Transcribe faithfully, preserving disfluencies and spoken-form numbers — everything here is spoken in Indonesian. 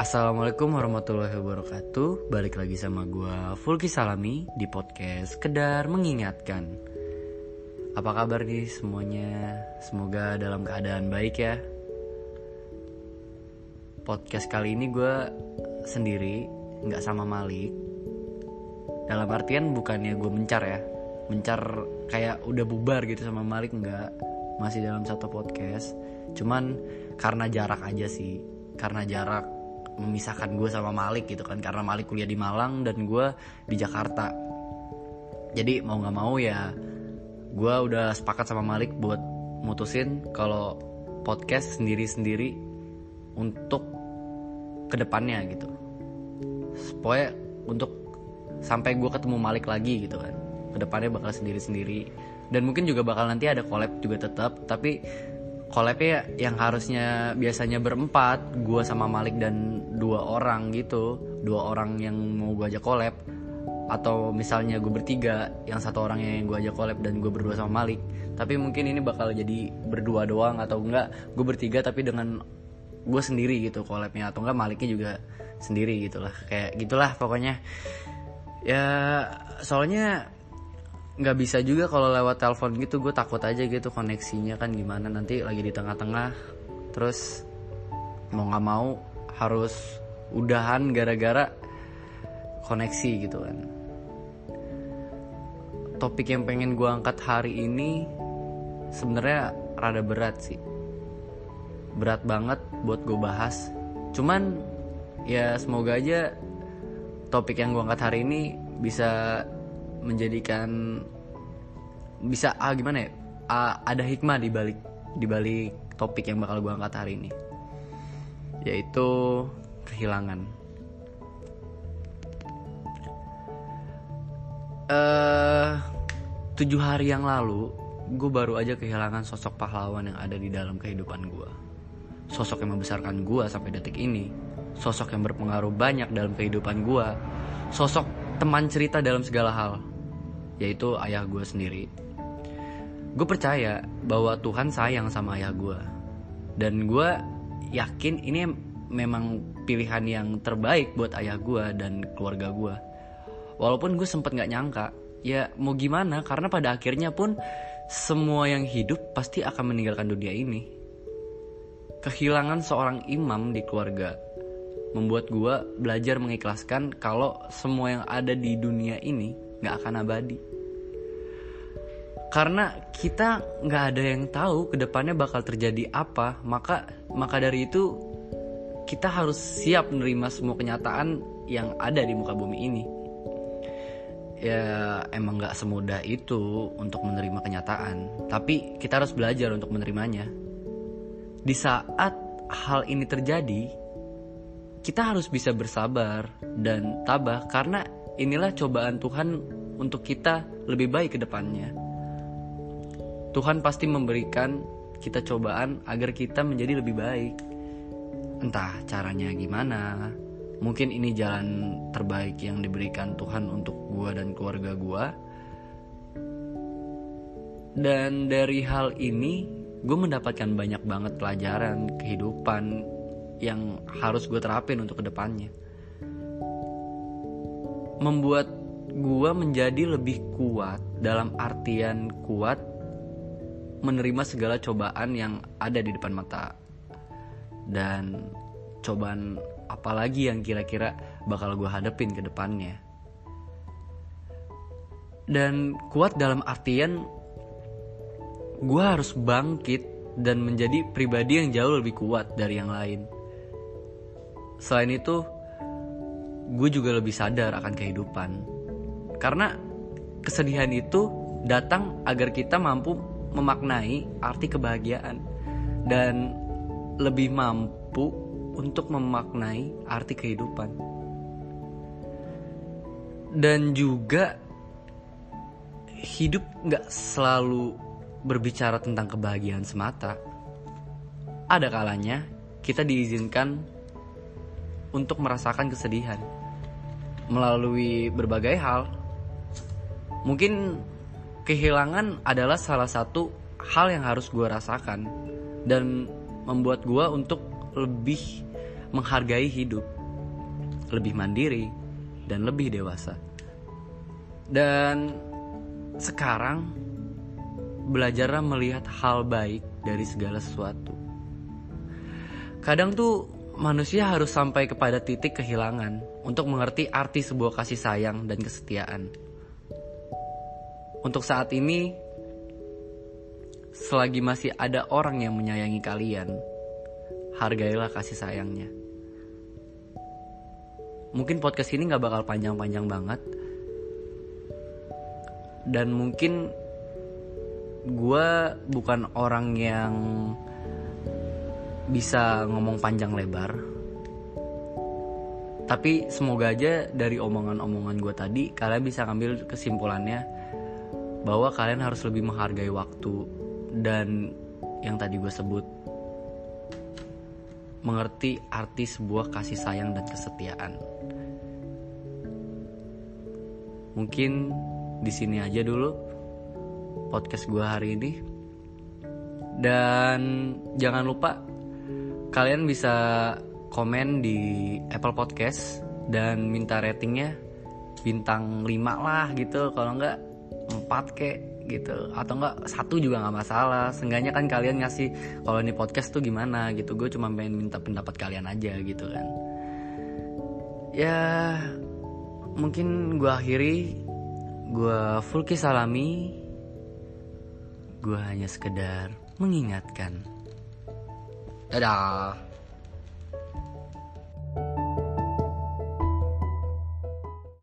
Assalamualaikum warahmatullahi wabarakatuh. Balik lagi sama gue Fulki Salami di podcast Sekedar Mengingatkan. Apa kabar nih semuanya? Semoga dalam keadaan baik ya. Podcast kali ini gue sendiri, gak sama Malik. Dalam artian bukannya gue mencar ya, mencar kayak udah bubar gitu sama Malik, enggak. Masih dalam satu podcast. Cuman karena jarak aja sih. Karena jarak memisahkan gue sama Malik gitu kan, karena Malik kuliah di Malang dan gue di Jakarta. Jadi mau nggak mau ya gue udah sepakat sama Malik buat mutusin kalau podcast sendiri-sendiri untuk kedepannya gitu. Pokoknya untuk sampai gue ketemu Malik lagi gitu kan, kedepannya bakal sendiri-sendiri. Dan mungkin juga bakal nanti ada collab juga tetap, tapi collabnya yang harusnya biasanya berempat, gue sama Malik dan dua orang gitu, dua orang yang mau gue ajak collab, atau misalnya gue bertiga, yang satu orang yang gue ajak collab dan gue berdua sama Malik. Tapi mungkin ini bakal jadi berdua doang, atau enggak gue bertiga tapi dengan gue sendiri gitu collabnya, atau enggak Maliknya juga sendiri gitulah, kayak gitulah pokoknya. Ya soalnya nggak bisa juga kalau lewat telepon gitu, gue takut aja gitu koneksinya kan gimana nanti lagi di tengah-tengah, terus mau nggak mau harus udahan gara-gara koneksi gitu kan. Topik yang pengen gue angkat hari ini sebenarnya rada berat sih, berat banget buat gue bahas. Cuman ya semoga aja topik yang gue angkat hari ini bisa menjadikan bisa ah gimana ya ah, ada hikmah di balik di balik topik yang bakal gue angkat hari ini, yaitu kehilangan. Uh, tujuh hari yang lalu gue baru aja kehilangan sosok pahlawan yang ada di dalam kehidupan gue, sosok yang membesarkan gue sampai detik ini, sosok yang berpengaruh banyak dalam kehidupan gue, sosok teman cerita dalam segala hal, yaitu ayah gue sendiri. Gue percaya bahwa Tuhan sayang sama ayah gue, dan gue yakin ini memang pilihan yang terbaik buat ayah gue dan keluarga gue. Walaupun gue sempet gak nyangka, ya mau gimana, karena pada akhirnya pun semua yang hidup pasti akan meninggalkan dunia ini. Kehilangan seorang imam di keluarga membuat gue belajar mengikhlaskan kalau semua yang ada di dunia ini gak akan abadi. Karena kita gak ada yang tahu kedepannya bakal terjadi apa. Maka maka dari itu kita harus siap menerima semua kenyataan yang ada di muka bumi ini. Ya emang gak semudah itu untuk menerima kenyataan, tapi kita harus belajar untuk menerimanya. Di saat hal ini terjadi, kita harus bisa bersabar dan tabah, karena inilah cobaan Tuhan untuk kita lebih baik ke depannya. Tuhan pasti memberikan kita cobaan agar kita menjadi lebih baik. Entah caranya gimana, mungkin ini jalan terbaik yang diberikan Tuhan untuk gua dan keluarga gua. Dan dari hal ini, gue mendapatkan banyak banget pelajaran kehidupan yang harus gue terapin untuk kedepannya. Membuat gue menjadi lebih kuat, dalam artian kuat menerima segala cobaan yang ada di depan mata. Dan cobaan apalagi yang kira-kira bakal gue hadapin ke depannya. Dan kuat dalam artian gue harus bangkit dan menjadi pribadi yang jauh lebih kuat dari yang lain. Selain itu, gue juga lebih sadar akan kehidupan. Karena kesedihan itu datang agar kita mampu memaknai arti kebahagiaan, dan lebih mampu untuk memaknai arti kehidupan. Dan juga hidup gak selalu berbicara tentang kebahagiaan semata. Ada kalanya kita diizinkan untuk merasakan kesedihan melalui berbagai hal. Mungkin kehilangan adalah salah satu hal yang harus gue rasakan dan membuat gue untuk lebih menghargai hidup, lebih mandiri, dan lebih dewasa. Dan sekarang belajarlah melihat hal baik dari segala sesuatu. Kadang tuh manusia harus sampai kepada titik kehilangan untuk mengerti arti sebuah kasih sayang dan kesetiaan. Untuk saat ini, selagi masih ada orang yang menyayangi kalian, hargailah kasih sayangnya. Mungkin podcast ini gak bakal panjang-panjang banget, dan mungkin gue bukan orang yang bisa ngomong panjang lebar, tapi semoga aja dari omongan-omongan gue tadi kalian bisa ngambil kesimpulannya bahwa kalian harus lebih menghargai waktu dan yang tadi gue sebut, mengerti arti sebuah kasih sayang dan kesetiaan. Mungkin di sini aja dulu podcast gue hari ini. Dan jangan lupa kalian bisa komen di Apple Podcast dan minta ratingnya bintang lima lah gitu, kalau enggak empat kek gitu, atau enggak satu juga nggak masalah. Seenggaknya kan kalian ngasih kalau ini podcast tuh gimana gitu. Gue cuma pengen minta pendapat kalian aja gitu kan. Ya mungkin gue akhiri. Gue Fulki Salami. Gue hanya sekedar mengingatkan. Dadah.